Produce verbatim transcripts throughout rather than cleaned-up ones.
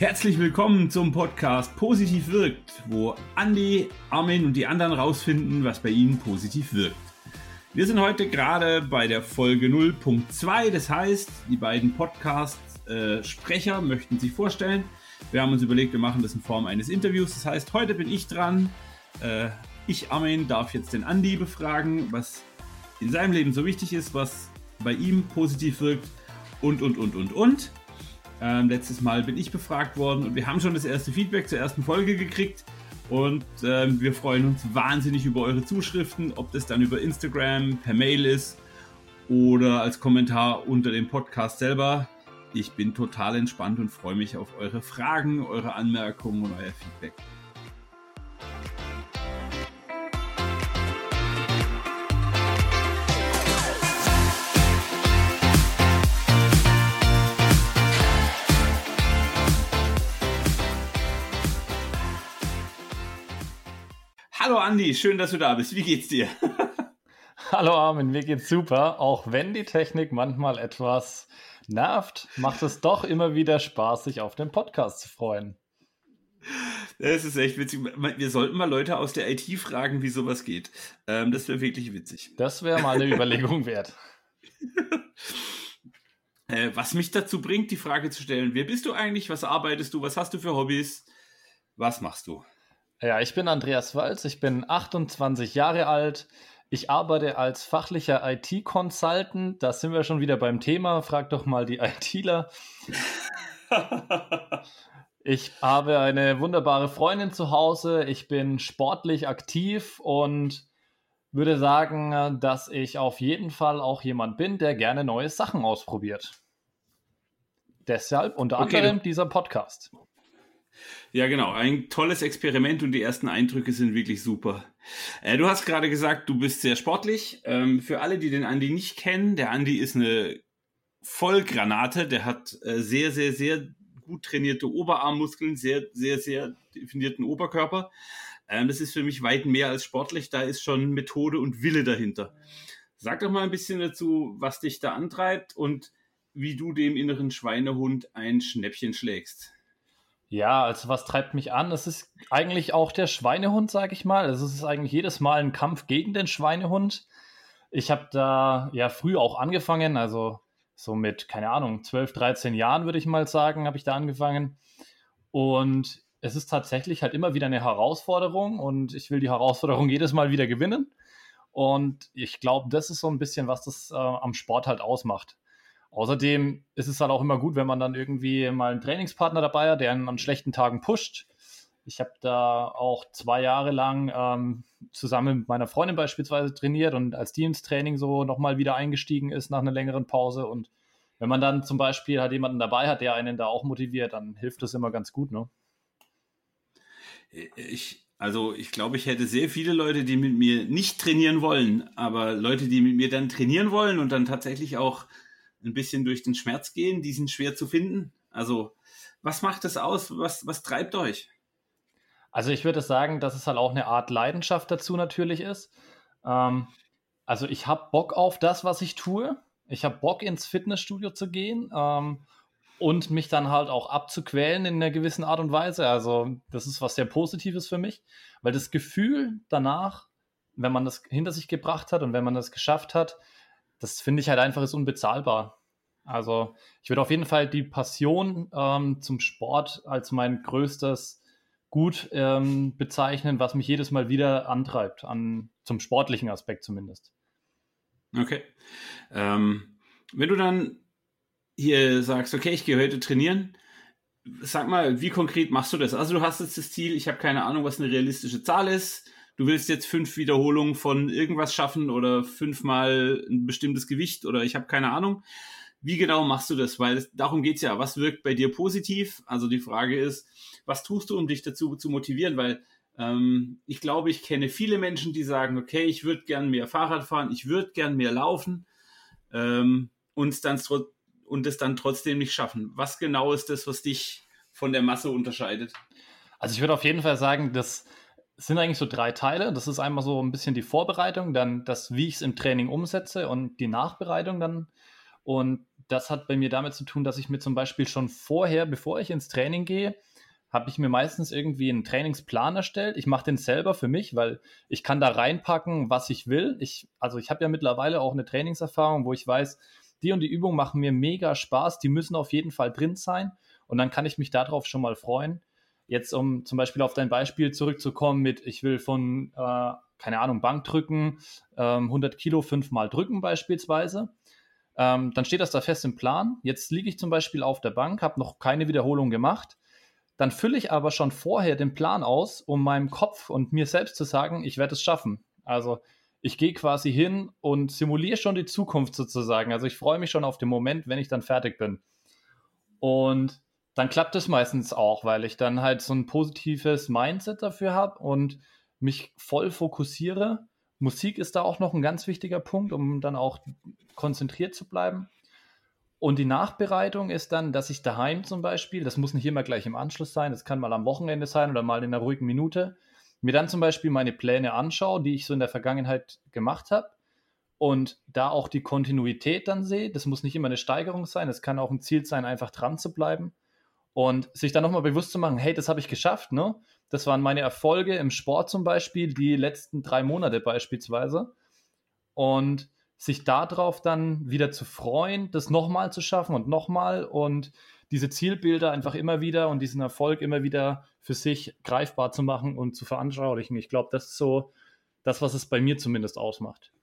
Herzlich willkommen zum Podcast Positiv wirkt, wo Andi, Armin und die anderen rausfinden, was bei ihnen positiv wirkt. Wir sind heute gerade bei der Folge null Punkt zwei, das heißt, die beiden Podcast-Sprecher möchten sich vorstellen. Wir haben uns überlegt, wir machen das in Form eines Interviews, das heißt, heute bin ich dran. Äh, ich, Armin, darf jetzt den Andi befragen, was in seinem Leben so wichtig ist, was bei ihm positiv wirkt und, und, und, und, und. Ähm, letztes Mal bin ich befragt worden und wir haben schon das erste Feedback zur ersten Folge gekriegt und ähm, wir freuen uns wahnsinnig über eure Zuschriften, ob das dann über Instagram, per Mail ist oder als Kommentar unter dem Podcast selber. Ich bin total entspannt und freue mich auf eure Fragen, eure Anmerkungen und euer Feedback. Hallo Andi, schön, dass du da bist. Wie geht's dir? Hallo Armin, mir geht's super. Auch wenn die Technik manchmal etwas nervt, macht es doch immer wieder Spaß, sich auf den Podcast zu freuen. Das ist echt witzig. Wir sollten mal Leute aus der I T fragen, wie sowas geht. Ähm, das wäre wirklich witzig. Das wäre mal eine Überlegung wert. äh, was mich dazu bringt, die Frage zu stellen, wer bist du eigentlich, was arbeitest du, was hast du für Hobbys, was machst du? Ja, ich bin Andreas Walz, ich bin achtundzwanzig Jahre alt. Ich arbeite als fachlicher I T-Consultant. Da sind wir schon wieder beim Thema. Frag doch mal die ITler. Ich habe eine wunderbare Freundin zu Hause. Ich bin sportlich aktiv und würde sagen, dass ich auf jeden Fall auch jemand bin, der gerne neue Sachen ausprobiert. Deshalb unter Okay, anderem du- dieser Podcast. Ja, genau. Ein tolles Experiment und die ersten Eindrücke sind wirklich super. Äh, du hast gerade gesagt, du bist sehr sportlich. Ähm, für alle, die den Andi nicht kennen, der Andi ist eine Vollgranate. Der hat äh, sehr, sehr, sehr gut trainierte Oberarmmuskeln, sehr, sehr, sehr definierten Oberkörper. Ähm, das ist für mich weit mehr als sportlich. Da ist schon Methode und Wille dahinter. Sag doch mal ein bisschen dazu, was dich da antreibt und wie du dem inneren Schweinehund ein Schnäppchen schlägst. Ja, also was treibt mich an? Es ist eigentlich auch der Schweinehund, sage ich mal. Also es ist eigentlich jedes Mal ein Kampf gegen den Schweinehund. Ich habe da ja früh auch angefangen, also so mit, keine Ahnung, zwölf, dreizehn Jahren würde ich mal sagen, habe ich da angefangen. Und es ist tatsächlich halt immer wieder eine Herausforderung und ich will die Herausforderung jedes Mal wieder gewinnen. Und ich glaube, das ist so ein bisschen, was das äh, am Sport halt ausmacht. Außerdem ist es halt auch immer gut, wenn man dann irgendwie mal einen Trainingspartner dabei hat, der einen an schlechten Tagen pusht. Ich habe da auch zwei Jahre lang ähm, zusammen mit meiner Freundin beispielsweise trainiert und als die ins Training so nochmal wieder eingestiegen ist nach einer längeren Pause. Und wenn man dann zum Beispiel halt jemanden dabei hat, der einen da auch motiviert, dann hilft das immer ganz gut, ne? Ich, also ich glaube, ich hätte sehr viele Leute, die mit mir nicht trainieren wollen, aber Leute, die mit mir dann trainieren wollen und dann tatsächlich auch ein bisschen durch den Schmerz gehen, die sind schwer zu finden. Also was macht das aus? Was, was treibt euch? Also ich würde sagen, dass es halt auch eine Art Leidenschaft dazu natürlich ist. Ähm, also ich habe Bock auf das, was ich tue. Ich habe Bock, ins Fitnessstudio zu gehen ähm, und mich dann halt auch abzuquälen in einer gewissen Art und Weise. Also das ist was sehr Positives für mich, weil das Gefühl danach, wenn man das hinter sich gebracht hat und wenn man das geschafft hat, das finde ich halt einfach ist unbezahlbar. Also ich würde auf jeden Fall die Passion ähm, zum Sport als mein größtes Gut ähm, bezeichnen, was mich jedes Mal wieder antreibt, an, zum sportlichen Aspekt zumindest. Okay. Ähm, wenn du dann hier sagst, okay, ich gehe heute trainieren, sag mal, wie konkret machst du das? Also du hast jetzt das Ziel, ich habe keine Ahnung, was eine realistische Zahl ist. Du willst jetzt fünf Wiederholungen von irgendwas schaffen oder fünfmal ein bestimmtes Gewicht oder ich habe keine Ahnung. Wie genau machst du das? Weil es, darum geht's ja. Was wirkt bei dir positiv? Also die Frage ist, was tust du, um dich dazu zu motivieren? Weil ähm, ich glaube, ich kenne viele Menschen, die sagen, okay, ich würde gern mehr Fahrrad fahren, ich würde gern mehr laufen ähm, und dann und es dann trotzdem nicht schaffen. Was genau ist das, was dich von der Masse unterscheidet? Also ich würde auf jeden Fall sagen, das sind eigentlich so drei Teile. Das ist einmal so ein bisschen die Vorbereitung, dann das, wie ich es im Training umsetze und die Nachbereitung dann. Und das hat bei mir damit zu tun, dass ich mir zum Beispiel schon vorher, bevor ich ins Training gehe, habe ich mir meistens irgendwie einen Trainingsplan erstellt. Ich mache den selber für mich, weil ich kann da reinpacken, was ich will. Ich, also ich habe ja mittlerweile auch eine Trainingserfahrung, wo ich weiß, die und die Übungen machen mir mega Spaß, die müssen auf jeden Fall drin sein und dann kann ich mich darauf schon mal freuen. Jetzt, um zum Beispiel auf dein Beispiel zurückzukommen mit, ich will von, äh, keine Ahnung, Bankdrücken, ähm, hundert Kilo fünfmal drücken beispielsweise, ähm, dann steht das da fest im Plan. Jetzt liege ich zum Beispiel auf der Bank, habe noch keine Wiederholung gemacht. Dann fülle ich aber schon vorher den Plan aus, um meinem Kopf und mir selbst zu sagen, ich werde es schaffen. Also ich gehe quasi hin und simuliere schon die Zukunft sozusagen. Also ich freue mich schon auf den Moment, wenn ich dann fertig bin. Und dann klappt es meistens auch, weil ich dann halt so ein positives Mindset dafür habe und mich voll fokussiere. Musik ist da auch noch ein ganz wichtiger Punkt, um dann auch konzentriert zu bleiben. Und die Nachbereitung ist dann, dass ich daheim zum Beispiel, das muss nicht immer gleich im Anschluss sein, das kann mal am Wochenende sein oder mal in einer ruhigen Minute, mir dann zum Beispiel meine Pläne anschaue, die ich so in der Vergangenheit gemacht habe und da auch die Kontinuität dann sehe. Das muss nicht immer eine Steigerung sein, es kann auch ein Ziel sein, einfach dran zu bleiben und sich dann nochmal bewusst zu machen, hey, das habe ich geschafft, ne? Das waren meine Erfolge im Sport zum Beispiel, die letzten drei Monate beispielsweise. Und sich darauf dann wieder zu freuen, das nochmal zu schaffen und nochmal und diese Zielbilder einfach immer wieder und diesen Erfolg immer wieder für sich greifbar zu machen und zu veranschaulichen. Ich glaube, das ist so das, was es bei mir zumindest ausmacht.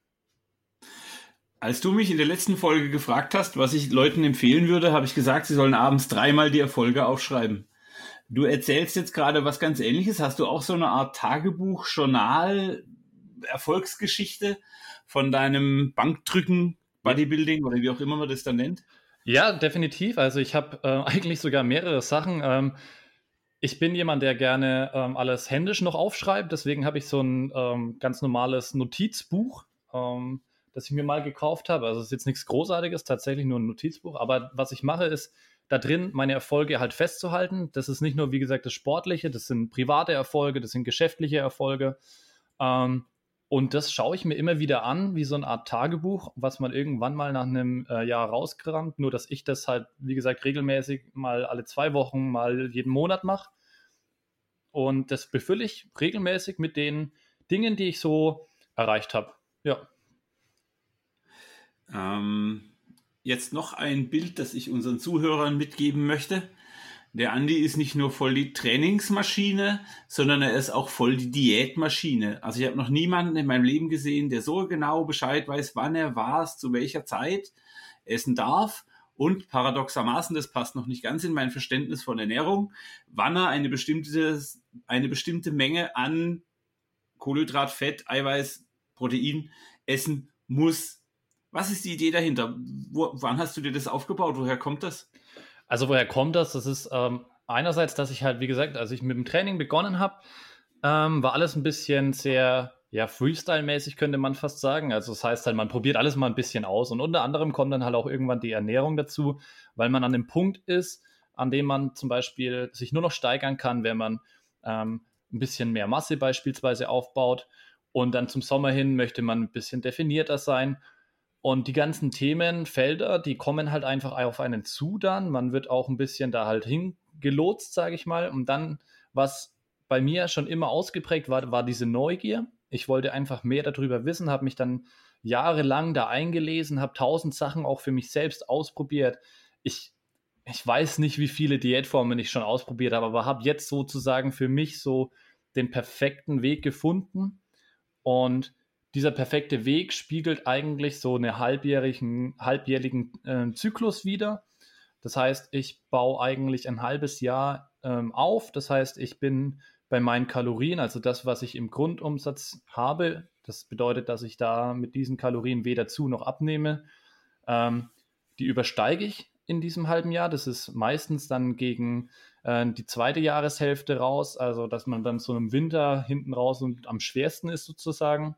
Als du mich in der letzten Folge gefragt hast, was ich Leuten empfehlen würde, habe ich gesagt, sie sollen abends dreimal die Erfolge aufschreiben. Du erzählst jetzt gerade was ganz Ähnliches. Hast du auch so eine Art Tagebuch, Journal, Erfolgsgeschichte von deinem Bankdrücken, Bodybuilding oder wie auch immer man das dann nennt? Ja, definitiv. Also ich habe äh, eigentlich sogar mehrere Sachen. Ähm, ich bin jemand, der gerne ähm, alles händisch noch aufschreibt. Deswegen habe ich so ein ähm, ganz normales Notizbuch, ähm, das ich mir mal gekauft habe. Also es ist jetzt nichts Großartiges, tatsächlich nur ein Notizbuch. Aber was ich mache, ist da drin meine Erfolge halt festzuhalten. Das ist nicht nur, wie gesagt, das Sportliche, das sind private Erfolge, das sind geschäftliche Erfolge. Ähm, und das schaue ich mir immer wieder an, wie so eine Art Tagebuch, was man irgendwann mal nach einem äh, Jahr rauskramt. Nur, dass ich das halt, wie gesagt, regelmäßig mal alle zwei Wochen, mal jeden Monat mache. Und das befülle ich regelmäßig mit den Dingen, die ich so erreicht habe. Ja. Ähm, jetzt noch ein Bild, das ich unseren Zuhörern mitgeben möchte. Der Andi ist nicht nur voll die Trainingsmaschine, sondern er ist auch voll die Diätmaschine. Also ich habe noch niemanden in meinem Leben gesehen, der so genau Bescheid weiß, wann er was, zu welcher Zeit essen darf. Und paradoxermaßen, das passt noch nicht ganz in mein Verständnis von Ernährung, wann er eine bestimmte, eine bestimmte Menge an Kohlenhydrat, Fett, Eiweiß, Protein essen muss. Was ist die Idee dahinter? Wo, wann hast du dir das aufgebaut? Woher kommt das? Also woher kommt das? Das ist ähm, einerseits, dass ich halt, wie gesagt, als ich mit dem Training begonnen habe, ähm, war alles ein bisschen sehr, ja, Freestyle-mäßig könnte man fast sagen. Also das heißt halt, man probiert alles mal ein bisschen aus und unter anderem kommt dann halt auch irgendwann die Ernährung dazu, weil man an dem Punkt ist, an dem man zum Beispiel sich nur noch steigern kann, wenn man ähm, ein bisschen mehr Masse beispielsweise aufbaut und dann zum Sommer hin möchte man ein bisschen definierter sein. Und die ganzen Themenfelder, die kommen halt einfach auf einen zu dann. Man wird auch ein bisschen da halt hingelotst, sage ich mal. Und dann, was bei mir schon immer ausgeprägt war, war diese Neugier. Ich wollte einfach mehr darüber wissen, habe mich dann jahrelang da eingelesen, habe tausend Sachen auch für mich selbst ausprobiert. Ich, ich weiß nicht, wie viele Diätformen ich schon ausprobiert habe, aber habe jetzt sozusagen für mich so den perfekten Weg gefunden. Und dieser perfekte Weg spiegelt eigentlich so einen halbjährigen, halbjährigen äh, Zyklus wider. Das heißt, ich baue eigentlich ein halbes Jahr ähm, auf. Das heißt, ich bin bei meinen Kalorien, also das, was ich im Grundumsatz habe, das bedeutet, dass ich da mit diesen Kalorien weder zu noch abnehme, ähm, die übersteige ich in diesem halben Jahr. Das ist meistens dann gegen äh, die zweite Jahreshälfte raus, also dass man dann so im Winter hinten raus und am schwersten ist sozusagen.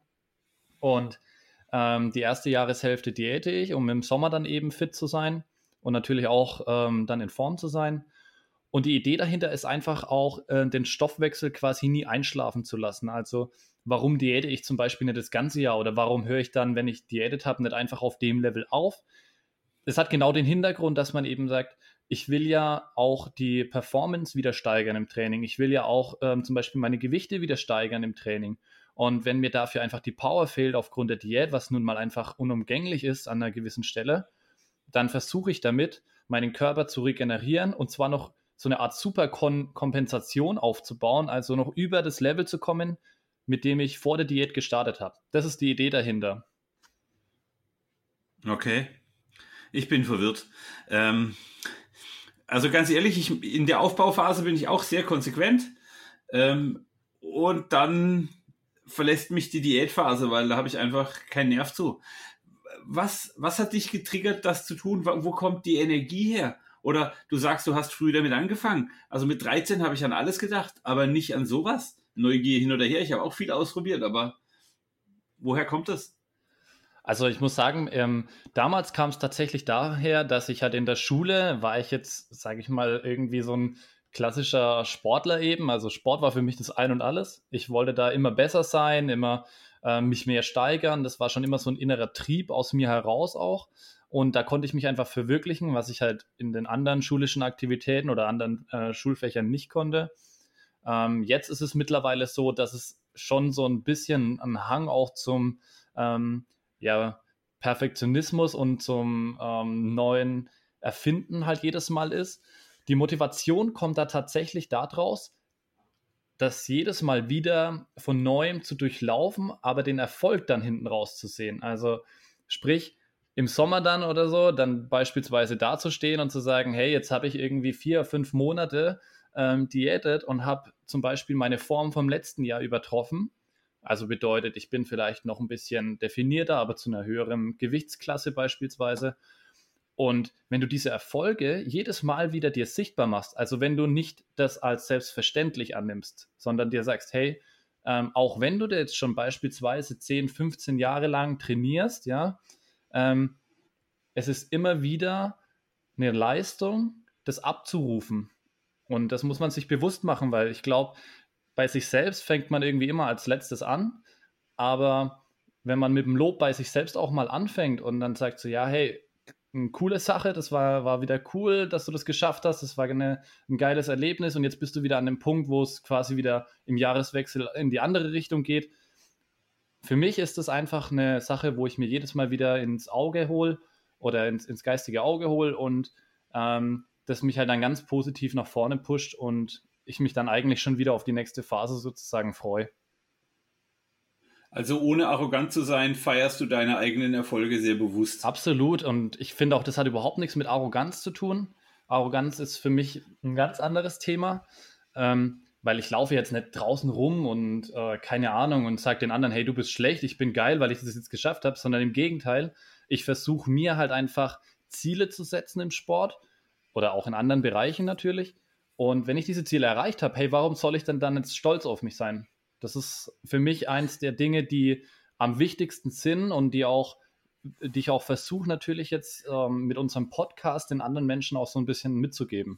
Und ähm, die erste Jahreshälfte diäte ich, um im Sommer dann eben fit zu sein und natürlich auch ähm, dann in Form zu sein. Und die Idee dahinter ist einfach auch, äh, den Stoffwechsel quasi nie einschlafen zu lassen. Also warum diäte ich zum Beispiel nicht das ganze Jahr oder warum höre ich dann, wenn ich diätet habe, nicht einfach auf dem Level auf? es hat genau den Hintergrund, dass man eben sagt, ich will ja auch die Performance wieder steigern im Training. Ich will ja auch ähm, zum Beispiel meine Gewichte wieder steigern im Training. Und wenn mir dafür einfach die Power fehlt aufgrund der Diät, was nun mal einfach unumgänglich ist an einer gewissen Stelle, dann versuche ich damit, meinen Körper zu regenerieren und zwar noch so eine Art Superkompensation aufzubauen, also noch über das Level zu kommen, mit dem ich vor der Diät gestartet habe. Das ist die Idee dahinter. Okay, ich bin verwirrt. Ähm, also ganz ehrlich, ich, in der Aufbauphase bin ich auch sehr konsequent ähm, und dann verlässt mich die Diätphase, weil da habe ich einfach keinen Nerv zu. Was, was hat dich getriggert, das zu tun? Wo kommt die Energie her? Oder du sagst, du hast früh damit angefangen. Also mit dreizehn habe ich an alles gedacht, aber nicht an sowas. Neugier hin oder her. Ich habe auch viel ausprobiert, aber woher kommt das? Also ich muss sagen, ähm, damals kam es tatsächlich daher, dass ich halt in der Schule, war ich jetzt, sage ich mal, irgendwie so ein klassischer Sportler eben. Also Sport war für mich das Ein und Alles. Ich wollte da immer besser sein, immer äh, mich mehr steigern. Das war schon immer so ein innerer Trieb aus mir heraus auch. Und da konnte ich mich einfach verwirklichen, was ich halt in den anderen schulischen Aktivitäten oder anderen äh, Schulfächern nicht konnte. Ähm, jetzt ist es mittlerweile so, dass es schon so ein bisschen ein Hang auch zum ähm, ja, Perfektionismus und zum ähm, neuen Erfinden halt jedes Mal ist. Die Motivation kommt da tatsächlich daraus, das jedes Mal wieder von Neuem zu durchlaufen, aber den Erfolg dann hinten raus zu sehen. Also sprich, im Sommer dann oder so, dann beispielsweise dazustehen und zu sagen, hey, jetzt habe ich irgendwie vier, fünf Monate ähm, diätet und habe zum Beispiel meine Form vom letzten Jahr übertroffen. Also bedeutet, ich bin vielleicht noch ein bisschen definierter, aber zu einer höheren Gewichtsklasse beispielsweise. Und wenn du diese Erfolge jedes Mal wieder dir sichtbar machst, also wenn du nicht das als selbstverständlich annimmst, sondern dir sagst, hey, ähm, auch wenn du jetzt schon beispielsweise zehn, fünfzehn Jahre lang trainierst, ja, ähm, es ist immer wieder eine Leistung, das abzurufen. Und das muss man sich bewusst machen, weil ich glaube, bei sich selbst fängt man irgendwie immer als letztes an. Aber wenn man mit dem Lob bei sich selbst auch mal anfängt und dann sagt so, ja, hey, eine coole Sache, das war, war wieder cool, dass du das geschafft hast, das war eine, ein geiles Erlebnis und jetzt bist du wieder an dem Punkt, wo es quasi wieder im Jahreswechsel in die andere Richtung geht. Für mich ist das einfach eine Sache, wo ich mir jedes Mal wieder ins Auge hole oder ins, ins geistige Auge hole und ähm, das mich halt dann ganz positiv nach vorne pusht und ich mich dann eigentlich schon wieder auf die nächste Phase sozusagen freue. Also ohne arrogant zu sein, feierst du deine eigenen Erfolge sehr bewusst. Absolut. Und ich finde auch, das hat überhaupt nichts mit Arroganz zu tun. Arroganz ist für mich ein ganz anderes Thema, ähm, weil ich laufe jetzt nicht draußen rum und äh, keine Ahnung und sage den anderen, hey, du bist schlecht, ich bin geil, weil ich das jetzt geschafft habe, sondern im Gegenteil, ich versuche mir halt einfach Ziele zu setzen im Sport oder auch in anderen Bereichen natürlich. Und wenn ich diese Ziele erreicht habe, hey, warum soll ich denn dann jetzt stolz auf mich sein? Das ist für mich eins der Dinge, die am wichtigsten sind und die auch, die ich auch versuche natürlich jetzt ähm, mit unserem Podcast den anderen Menschen auch so ein bisschen mitzugeben.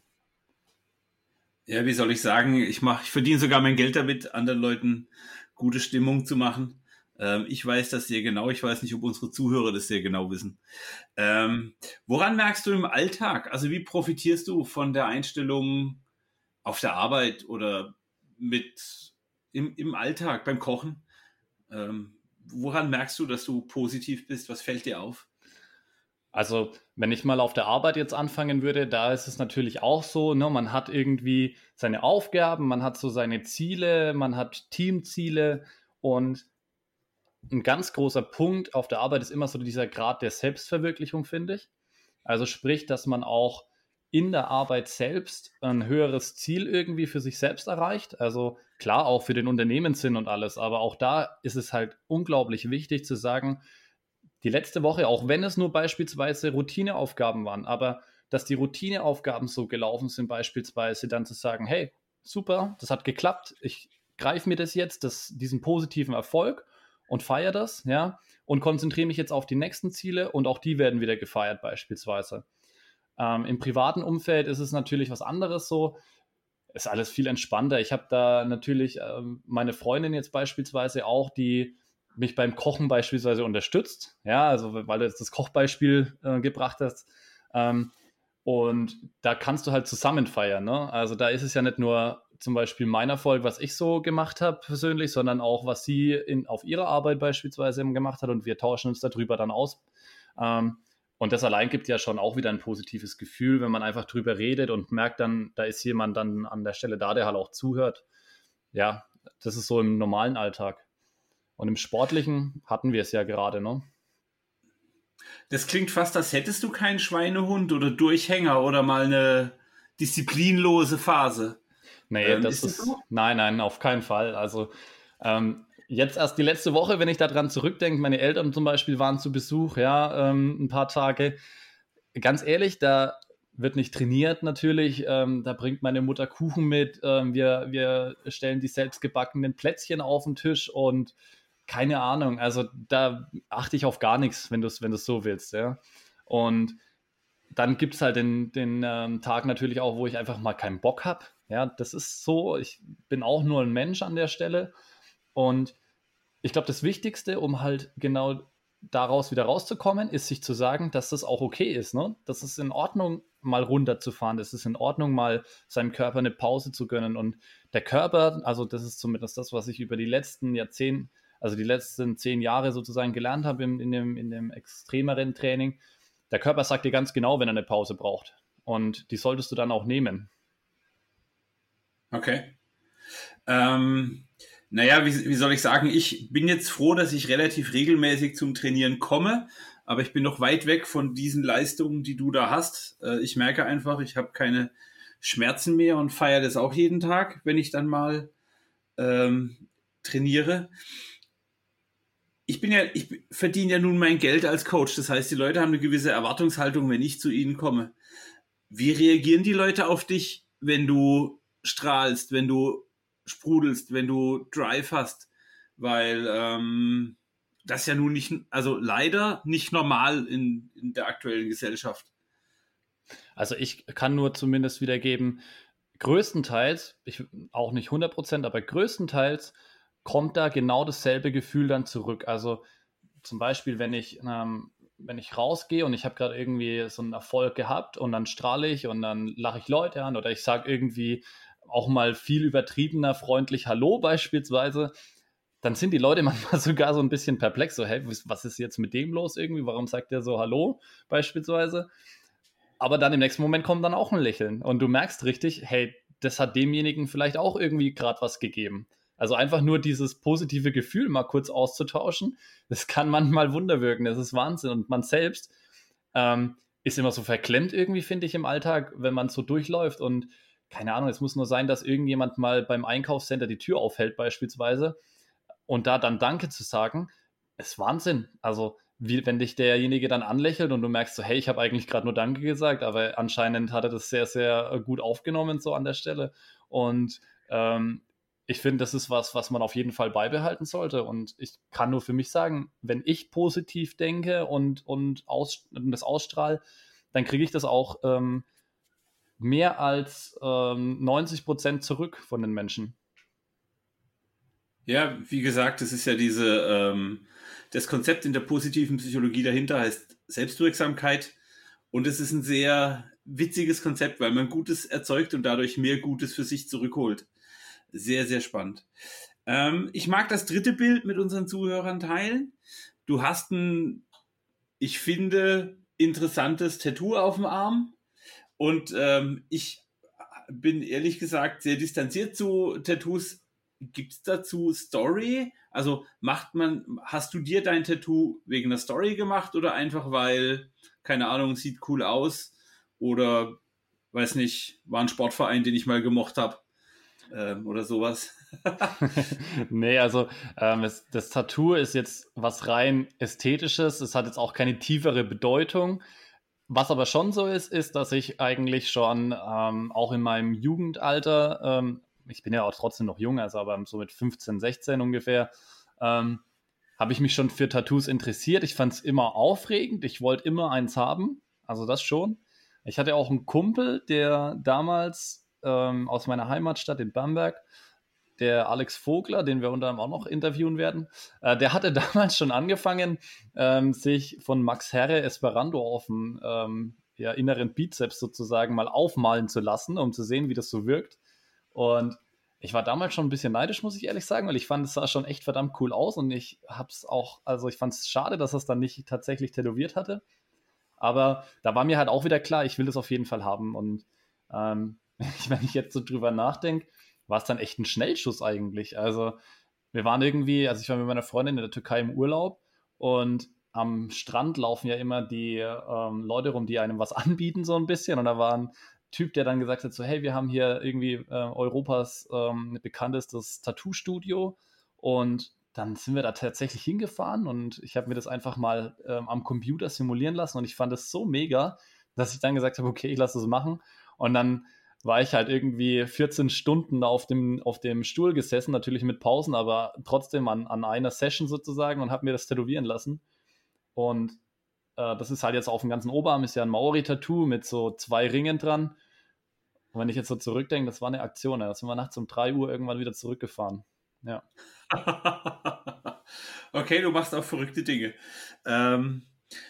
Ja, wie soll ich sagen, ich mache, ich verdiene sogar mein Geld damit, anderen Leuten gute Stimmung zu machen. Ähm, ich weiß das sehr genau. Ich weiß nicht, ob unsere Zuhörer das sehr genau wissen. Ähm, woran merkst du im Alltag? Also wie profitierst du von der Einstellung auf der Arbeit oder mit im, im Alltag beim Kochen? Ähm, woran merkst du, dass du positiv bist? Was fällt dir auf? Also, wenn ich mal auf der Arbeit jetzt anfangen würde, da ist es natürlich auch so, ne, man hat irgendwie seine Aufgaben, man hat so seine Ziele, man hat Teamziele und ein ganz großer Punkt auf der Arbeit ist immer so dieser Grad der Selbstverwirklichung, finde ich. Also sprich, dass man auch in der Arbeit selbst ein höheres Ziel irgendwie für sich selbst erreicht. Also klar, auch für den Unternehmenssinn und alles, aber auch da ist es halt unglaublich wichtig zu sagen, die letzte Woche, auch wenn es nur beispielsweise Routineaufgaben waren, aber dass die Routineaufgaben so gelaufen sind, beispielsweise dann zu sagen, hey, super, das hat geklappt, ich greife mir das jetzt, das, diesen positiven Erfolg und feiere das, ja, und konzentriere mich jetzt auf die nächsten Ziele und auch die werden wieder gefeiert beispielsweise. Ähm, im privaten Umfeld ist es natürlich was anderes so, ist alles viel entspannter. Ich habe da natürlich ähm, meine Freundin jetzt beispielsweise auch, die mich beim Kochen beispielsweise unterstützt, ja, also weil du jetzt das Kochbeispiel äh, gebracht hast. Ähm, und da kannst du halt zusammen feiern, ne? Also da ist es ja nicht nur zum Beispiel mein Erfolg, was ich so gemacht habe persönlich, sondern auch, was sie in, auf ihrer Arbeit beispielsweise gemacht hat und wir tauschen uns darüber dann aus. Ähm, und das allein gibt ja schon auch wieder ein positives Gefühl, wenn man einfach drüber redet und merkt dann, da ist jemand dann an der Stelle da, der halt auch zuhört. Ja, das ist so im normalen Alltag. Und im Sportlichen hatten wir es ja gerade, ne? Das klingt fast, als hättest du keinen Schweinehund oder Durchhänger oder mal eine disziplinlose Phase. Nee, Ähm, das ist das ist, so? nein, nein, auf keinen Fall. Also ähm, jetzt erst die letzte Woche, wenn ich daran zurückdenke, meine Eltern zum Beispiel waren zu Besuch, ja, ähm, ein paar Tage. Ganz ehrlich, da wird nicht trainiert natürlich. Ähm, da bringt meine Mutter Kuchen mit. Ähm, wir, wir stellen die selbstgebackenen Plätzchen auf den Tisch und keine Ahnung. Also da achte ich auf gar nichts, wenn du es wenn du's so willst, ja. Und dann gibt es halt den, den ähm, Tag natürlich auch, wo ich einfach mal keinen Bock habe. Ja, das ist so. Ich bin auch nur ein Mensch an der Stelle. Und ich glaube, das Wichtigste, um halt genau daraus wieder rauszukommen, ist sich zu sagen, dass das auch okay ist. Ne? Das ist in Ordnung, mal runterzufahren. Es ist in Ordnung, mal seinem Körper eine Pause zu gönnen. Und der Körper, also das ist zumindest das, was ich über die letzten Jahrzehnte, also die letzten zehn Jahre sozusagen gelernt habe in, in, dem, in dem extremeren Training. Der Körper sagt dir ganz genau, wenn er eine Pause braucht. Und die solltest du dann auch nehmen. Okay. Ähm, naja, wie, wie soll ich sagen, ich bin jetzt froh, dass ich relativ regelmäßig zum Trainieren komme, aber ich bin noch weit weg von diesen Leistungen, die du da hast. Äh, ich merke einfach, ich habe keine Schmerzen mehr und feiere das auch jeden Tag, wenn ich dann mal ähm, trainiere. Ich bin ja, ich verdiene ja nun mein Geld als Coach. Das heißt, die Leute haben eine gewisse Erwartungshaltung, wenn ich zu ihnen komme. Wie reagieren die Leute auf dich, wenn du strahlst, wenn du sprudelst, wenn du Drive hast? Weil ähm, das ja nun nicht, also leider nicht normal in, in der aktuellen Gesellschaft. Also ich kann nur zumindest wiedergeben, größtenteils, ich, auch nicht hundert Prozent, aber größtenteils kommt da genau dasselbe Gefühl dann zurück. Also zum Beispiel, wenn ich, ähm, wenn ich rausgehe und ich habe gerade irgendwie so einen Erfolg gehabt und dann strahle ich und dann lache ich Leute an oder ich sage irgendwie auch mal viel übertriebener freundlich Hallo beispielsweise, dann sind die Leute manchmal sogar so ein bisschen perplex, so, hey, was ist jetzt mit dem los irgendwie? Warum sagt der so Hallo beispielsweise? Aber dann im nächsten Moment kommt dann auch ein Lächeln und du merkst richtig, hey, das hat demjenigen vielleicht auch irgendwie gerade was gegeben. Also einfach nur dieses positive Gefühl mal kurz auszutauschen, das kann manchmal Wunder wirken, das ist Wahnsinn. Und man selbst ähm, ist immer so verklemmt irgendwie, finde ich, im Alltag, wenn man so durchläuft und keine Ahnung, es muss nur sein, dass irgendjemand mal beim Einkaufscenter die Tür aufhält beispielsweise und da dann Danke zu sagen, ist Wahnsinn. Also wie, wenn dich derjenige dann anlächelt und du merkst so, hey, ich habe eigentlich gerade nur Danke gesagt, aber anscheinend hat er das sehr, sehr gut aufgenommen so an der Stelle. Und ähm, ich finde, das ist was, was man auf jeden Fall beibehalten sollte. Und ich kann nur für mich sagen, wenn ich positiv denke und, und, aus, und das ausstrahle, dann kriege ich das auch ähm, mehr als ähm, neunzig Prozent zurück von den Menschen. Ja, wie gesagt, das ist ja diese, ähm, das Konzept in der positiven Psychologie dahinter heißt Selbstwirksamkeit. Und es ist ein sehr witziges Konzept, weil man Gutes erzeugt und dadurch mehr Gutes für sich zurückholt. Sehr, sehr spannend. Ähm, ich mag das dritte Bild mit unseren Zuhörern teilen. Du hast ein, ich finde, interessantes Tattoo auf dem Arm. Und ähm, ich bin ehrlich gesagt sehr distanziert zu Tattoos. Gibt es dazu Story? Also macht man, hast du dir dein Tattoo wegen der Story gemacht oder einfach weil, keine Ahnung, sieht cool aus oder weiß nicht, war ein Sportverein, den ich mal gemocht habe ähm, oder sowas? Nee, also ähm, es, das Tattoo ist jetzt was rein Ästhetisches. Es hat jetzt auch keine tiefere Bedeutung. Was aber schon so ist, ist, dass ich eigentlich schon ähm, auch in meinem Jugendalter, ähm, ich bin ja auch trotzdem noch jung, also aber so mit fünfzehn, sechzehn ungefähr, ähm, habe ich mich schon für Tattoos interessiert. Ich fand es immer aufregend. Ich wollte immer eins haben. Also das schon. Ich hatte auch einen Kumpel, der damals ähm, aus meiner Heimatstadt in Bamberg, der Alex Vogler, den wir unter anderem auch noch interviewen werden, äh, der hatte damals schon angefangen, ähm, sich von Max Herre Esperanto auf dem ähm, ja, inneren Bizeps sozusagen mal aufmalen zu lassen, um zu sehen, wie das so wirkt. Und ich war damals schon ein bisschen neidisch, muss ich ehrlich sagen, weil ich fand, es sah schon echt verdammt cool aus und ich hab's auch, also ich fand es schade, dass er es dann nicht tatsächlich tätowiert hatte. Aber da war mir halt auch wieder klar, ich will das auf jeden Fall haben. Und ähm, wenn ich jetzt so drüber nachdenke, war es dann echt ein Schnellschuss eigentlich. Also wir waren irgendwie, also ich war mit meiner Freundin in der Türkei im Urlaub und am Strand laufen ja immer die ähm, Leute rum, die einem was anbieten so ein bisschen. Und da war ein Typ, der dann gesagt hat, so hey, wir haben hier irgendwie äh, Europas ähm, bekanntestes Tattoo-Studio und dann sind wir da tatsächlich hingefahren und ich habe mir das einfach mal ähm, am Computer simulieren lassen und ich fand es so mega, dass ich dann gesagt habe, okay, ich lasse es machen. Und dann war ich halt irgendwie vierzehn Stunden auf dem, auf dem Stuhl gesessen, natürlich mit Pausen, aber trotzdem an, an einer Session sozusagen und habe mir das tätowieren lassen. Und äh, das ist halt jetzt auf dem ganzen Oberarm, ist ja ein Maori-Tattoo mit so zwei Ringen dran. Und wenn ich jetzt so zurückdenke, das war eine Aktion, ja. Da sind wir nachts um drei Uhr irgendwann wieder zurückgefahren. Ja. Okay, du machst auch verrückte Dinge. Ähm,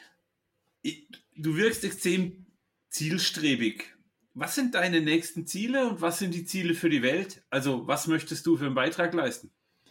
du wirkst extrem zielstrebig. Was sind deine nächsten Ziele und was sind die Ziele für die Welt? Also, was möchtest du für einen Beitrag leisten?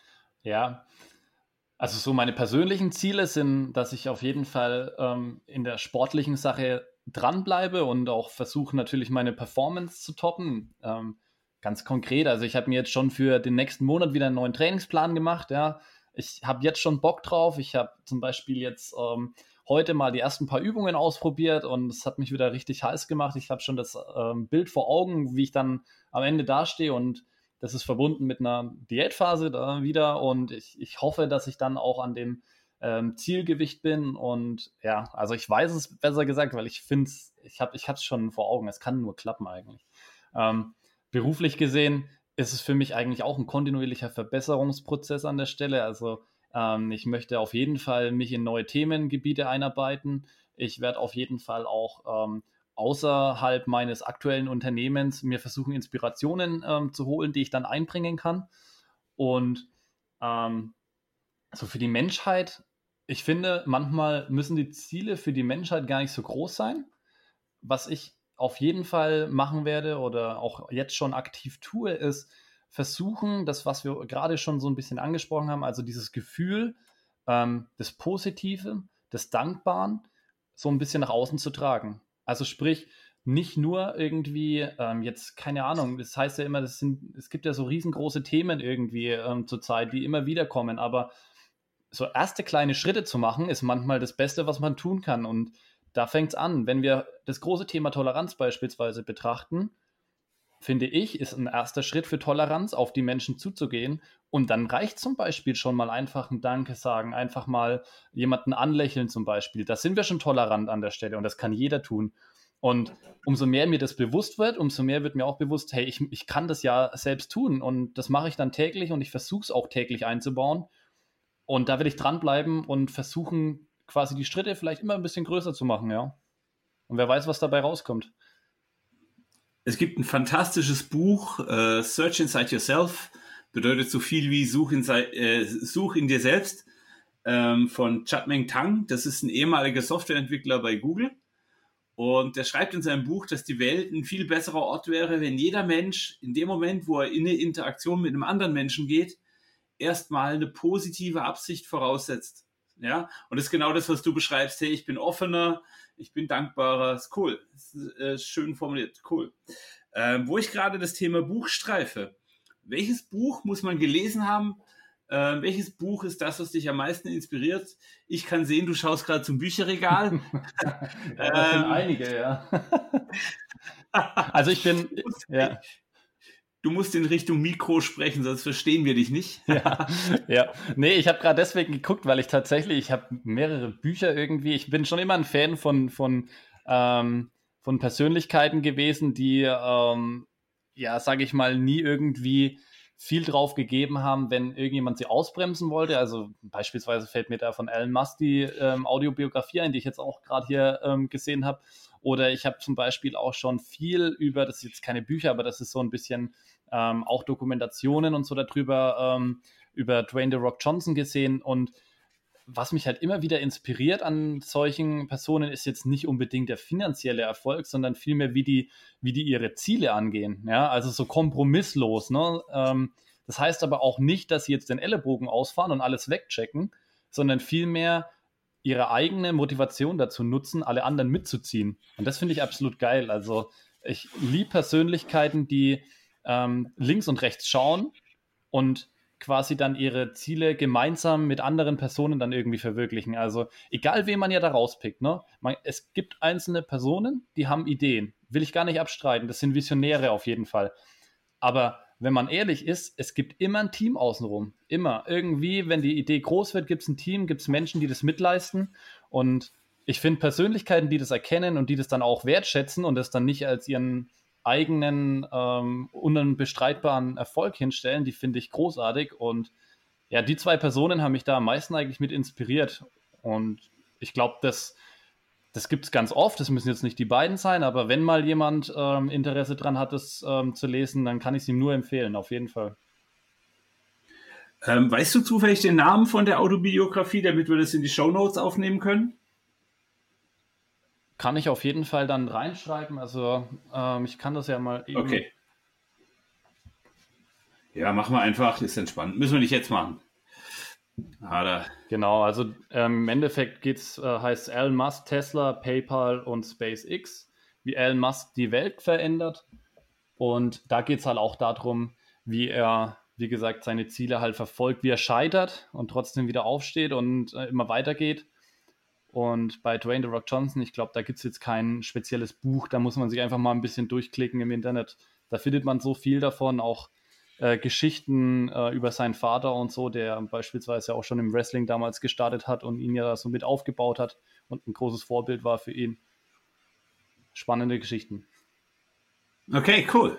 Ja, also so meine persönlichen Ziele sind, dass ich auf jeden Fall ähm, in der sportlichen Sache dranbleibe und auch versuche natürlich meine Performance zu toppen. Ähm, ganz konkret, also ich habe mir jetzt schon für den nächsten Monat wieder einen neuen Trainingsplan gemacht. Ja, ich habe jetzt schon Bock drauf. Ich habe zum Beispiel jetzt ähm, heute mal die ersten paar Übungen ausprobiert und es hat mich wieder richtig heiß gemacht. Ich habe schon das ähm, Bild vor Augen, wie ich dann am Ende dastehe und das ist verbunden mit einer Diätphase da wieder und ich, ich hoffe, dass ich dann auch an dem ähm, Zielgewicht bin und ja, also ich weiß es besser gesagt, weil ich finde es, ich habe ich es schon vor Augen, es kann nur klappen eigentlich. Ähm, beruflich gesehen ist es für mich eigentlich auch ein kontinuierlicher Verbesserungsprozess an der Stelle, also ähm, ich möchte auf jeden Fall mich in neue Themengebiete einarbeiten, ich werde auf jeden Fall auch ähm, außerhalb meines aktuellen Unternehmens mir versuchen, Inspirationen ähm, zu holen, die ich dann einbringen kann. Und ähm, so für die Menschheit, ich finde, manchmal müssen die Ziele für die Menschheit gar nicht so groß sein. Was ich auf jeden Fall machen werde oder auch jetzt schon aktiv tue, ist versuchen, das, was wir gerade schon so ein bisschen angesprochen haben, also dieses Gefühl ähm, des Positiven, des Dankbaren, so ein bisschen nach außen zu tragen. Also sprich, nicht nur irgendwie, ähm, jetzt, keine Ahnung, das heißt ja immer, das sind, es gibt ja so riesengroße Themen irgendwie ähm, zurzeit, die immer wieder kommen, aber so erste kleine Schritte zu machen, ist manchmal das Beste, was man tun kann. Und da fängt es an. Wenn wir das große Thema Toleranz beispielsweise betrachten, finde ich, ist ein erster Schritt für Toleranz, auf die Menschen zuzugehen. Und dann reicht zum Beispiel schon mal einfach ein Danke sagen, einfach mal jemanden anlächeln zum Beispiel. Da sind wir schon tolerant an der Stelle und das kann jeder tun. Und umso mehr mir das bewusst wird, umso mehr wird mir auch bewusst, hey, ich, ich kann das ja selbst tun und das mache ich dann täglich und ich versuche es auch täglich einzubauen. Und da will ich dranbleiben und versuchen, quasi die Schritte vielleicht immer ein bisschen größer zu machen, ja. Und wer weiß, was dabei rauskommt. Es gibt ein fantastisches Buch, äh, Search Inside Yourself, bedeutet so viel wie Such in, äh, Such in dir selbst, ähm, von Chad-Meng Tang. Das ist ein ehemaliger Softwareentwickler bei Google. Und der schreibt in seinem Buch, dass die Welt ein viel besserer Ort wäre, wenn jeder Mensch in dem Moment, wo er in eine Interaktion mit einem anderen Menschen geht, erstmal eine positive Absicht voraussetzt. Ja, und das ist genau das, was du beschreibst. Hey, ich bin offener, ich bin dankbarer, ist cool, ist, äh, schön formuliert, cool. Ähm, wo ich gerade das Thema Buch streife, welches Buch muss man gelesen haben? Äh, welches Buch ist das, was dich am meisten inspiriert? Ich kann sehen, du schaust gerade zum Bücherregal. Ja, das sind ähm, einige, ja. Also ich bin, ja. Du musst in Richtung Mikro sprechen, sonst verstehen wir dich nicht. ja, ja. Nee, ich habe gerade deswegen geguckt, weil ich tatsächlich, ich habe mehrere Bücher irgendwie, ich bin schon immer ein Fan von, von, ähm, von Persönlichkeiten gewesen, die, ähm, ja, sage ich mal, nie irgendwie viel drauf gegeben haben, wenn irgendjemand sie ausbremsen wollte. Also beispielsweise fällt mir da von Elon Musk die ähm, Audiobiografie ein, die ich jetzt auch gerade hier ähm, gesehen habe. Oder ich habe zum Beispiel auch schon viel über, das ist jetzt keine Bücher, aber das ist so ein bisschen ähm, auch Dokumentationen und so darüber, ähm, über Dwayne The Rock Johnson gesehen. Und was mich halt immer wieder inspiriert an solchen Personen, ist jetzt nicht unbedingt der finanzielle Erfolg, sondern vielmehr, wie die, wie die ihre Ziele angehen. Ja, also so kompromisslos. Ne? Ähm, das heißt aber auch nicht, dass sie jetzt den Ellenbogen ausfahren und alles wegchecken, sondern vielmehr ihre eigene Motivation dazu nutzen, alle anderen mitzuziehen. Und das finde ich absolut geil. Also ich liebe Persönlichkeiten, die ähm, links und rechts schauen und quasi dann ihre Ziele gemeinsam mit anderen Personen dann irgendwie verwirklichen. Also egal, wen man ja da rauspickt, ne? Man, es gibt einzelne Personen, die haben Ideen. Will ich gar nicht abstreiten. Das sind Visionäre auf jeden Fall. Aber wenn man ehrlich ist, es gibt immer ein Team außenrum. Immer. Irgendwie, wenn die Idee groß wird, gibt es ein Team, gibt es Menschen, die das mitleisten. Und ich finde Persönlichkeiten, die das erkennen und die das dann auch wertschätzen und das dann nicht als ihren eigenen, ähm, unbestreitbaren Erfolg hinstellen, die finde ich großartig. Und ja, die zwei Personen haben mich da am meisten eigentlich mit inspiriert. Und ich glaube, das, das gibt es ganz oft. Das müssen jetzt nicht die beiden sein, aber wenn mal jemand ähm, Interesse dran hat, das ähm, zu lesen, dann kann ich es ihm nur empfehlen, auf jeden Fall. Ähm, weißt du zufällig den Namen von der Autobiografie, damit wir das in die Shownotes aufnehmen können? Kann ich auf jeden Fall dann reinschreiben. Also ähm, ich kann das ja mal eben... Okay. Ja, machen wir einfach. Ist entspannt. Müssen wir nicht jetzt machen. Ah, da. Genau, also ähm, im Endeffekt geht's, äh, heißt Elon Musk, Tesla, PayPal und SpaceX, wie Elon Musk die Welt verändert. Und da geht es halt auch darum, wie er, wie gesagt, seine Ziele halt verfolgt, wie er scheitert und trotzdem wieder aufsteht und äh, immer weitergeht. Und bei Dwayne The Rock Johnson, ich glaube, da gibt es jetzt kein spezielles Buch, da muss man sich einfach mal ein bisschen durchklicken im Internet. Da findet man so viel davon, auch äh, Geschichten äh, über seinen Vater und so, der beispielsweise auch schon im Wrestling damals gestartet hat und ihn ja so mit aufgebaut hat und ein großes Vorbild war für ihn. Spannende Geschichten. Okay, cool.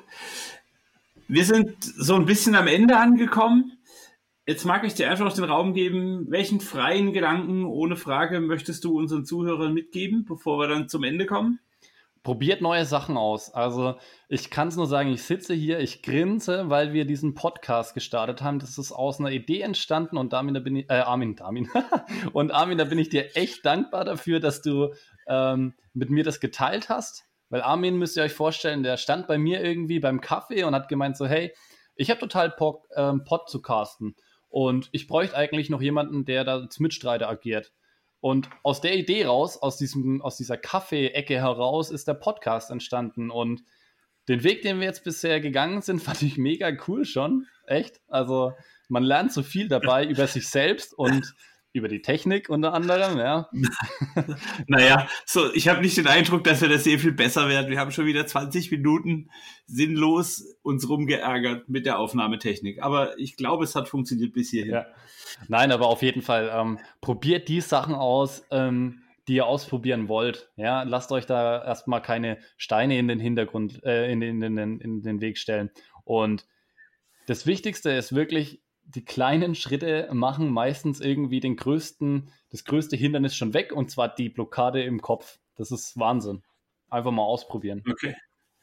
Wir sind so ein bisschen am Ende angekommen. Jetzt mag ich dir einfach noch den Raum geben. Welchen freien Gedanken ohne Frage möchtest du unseren Zuhörern mitgeben, bevor wir dann zum Ende kommen? Probiert neue Sachen aus. Also ich kann es nur sagen, ich sitze hier, ich grinse, weil wir diesen Podcast gestartet haben. Das ist aus einer Idee entstanden und Armin, da bin ich, äh, Armin, Armin. und Armin, da bin ich dir echt dankbar dafür, dass du ähm, mit mir das geteilt hast. Weil Armin, müsst ihr euch vorstellen, der stand bei mir irgendwie beim Kaffee und hat gemeint so, hey, ich habe total Bock, ähm, Pod zu casten. Und ich bräuchte eigentlich noch jemanden, der da als Mitstreiter agiert. Und aus der Idee raus, aus, diesem, aus dieser Kaffee-Ecke heraus, ist der Podcast entstanden. Und den Weg, den wir jetzt bisher gegangen sind, fand ich mega cool schon. Echt. Also man lernt so viel dabei über sich selbst und über die Technik unter anderem, ja. Naja, so, ich habe nicht den Eindruck, dass wir das sehr viel besser werden. Wir haben schon wieder zwanzig Minuten sinnlos uns rumgeärgert mit der Aufnahmetechnik. Aber ich glaube, es hat funktioniert bis hierhin. Ja. Nein, aber auf jeden Fall, ähm, probiert die Sachen aus, ähm, die ihr ausprobieren wollt. Ja, lasst euch da erstmal keine Steine in den Hintergrund, äh, in, den, in, den, in den Weg stellen. Und das Wichtigste ist wirklich, die kleinen Schritte machen meistens irgendwie den größten, das größte Hindernis schon weg, und zwar die Blockade im Kopf. Das ist Wahnsinn. Einfach mal ausprobieren. Okay.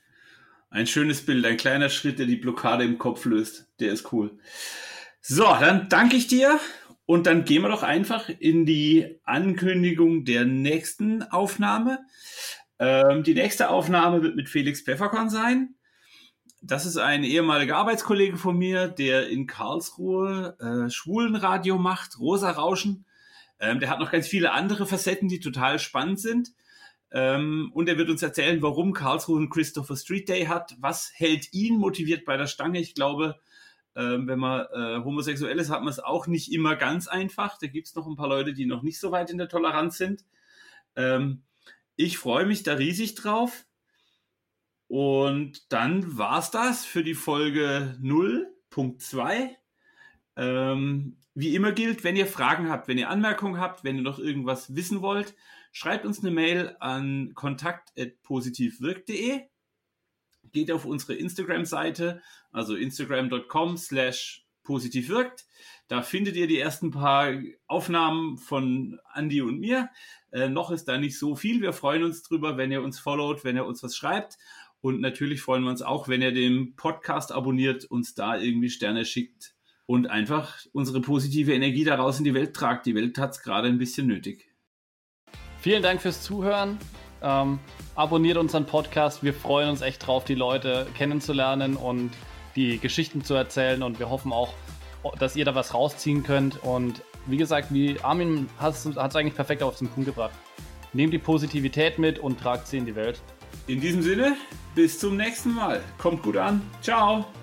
Ein schönes Bild, ein kleiner Schritt, der die Blockade im Kopf löst. Der ist cool. So, dann danke ich dir und dann gehen wir doch einfach in die Ankündigung der nächsten Aufnahme. Ähm, die nächste Aufnahme wird mit Felix Pfefferkorn sein. Das ist ein ehemaliger Arbeitskollege von mir, der in Karlsruhe äh, Schwulenradio macht, Rosa Rauschen. Ähm, der hat noch ganz viele andere Facetten, die total spannend sind. Ähm, und er wird uns erzählen, warum Karlsruhe einen Christopher Street Day hat. Was hält ihn motiviert bei der Stange? Ich glaube, ähm, wenn man äh, homosexuell ist, hat man es auch nicht immer ganz einfach. Da gibt es noch ein paar Leute, die noch nicht so weit in der Toleranz sind. Ähm, ich freue mich da riesig drauf. Und dann war's das für die Folge null Punkt zwei. Ähm, wie immer gilt, wenn ihr Fragen habt, wenn ihr Anmerkungen habt, wenn ihr noch irgendwas wissen wollt, schreibt uns eine Mail an kontakt at positivwirkt punkt de. Geht auf unsere Instagram-Seite, also instagram dot com slash positivwirkt. Da findet ihr die ersten paar Aufnahmen von Andi und mir. Äh, noch ist da nicht so viel. Wir freuen uns drüber, wenn ihr uns followt, wenn ihr uns was schreibt. Und natürlich freuen wir uns auch, wenn ihr den Podcast abonniert, uns da irgendwie Sterne schickt und einfach unsere positive Energie daraus in die Welt tragt. Die Welt hat es gerade ein bisschen nötig. Vielen Dank fürs Zuhören. Ähm, abonniert unseren Podcast. Wir freuen uns echt drauf, die Leute kennenzulernen und die Geschichten zu erzählen. Und wir hoffen auch, dass ihr da was rausziehen könnt. Und wie gesagt, wie Armin hat es eigentlich perfekt auf den Punkt gebracht. Nehmt die Positivität mit und tragt sie in die Welt. In diesem Sinne, bis zum nächsten Mal. Kommt gut an. Ciao.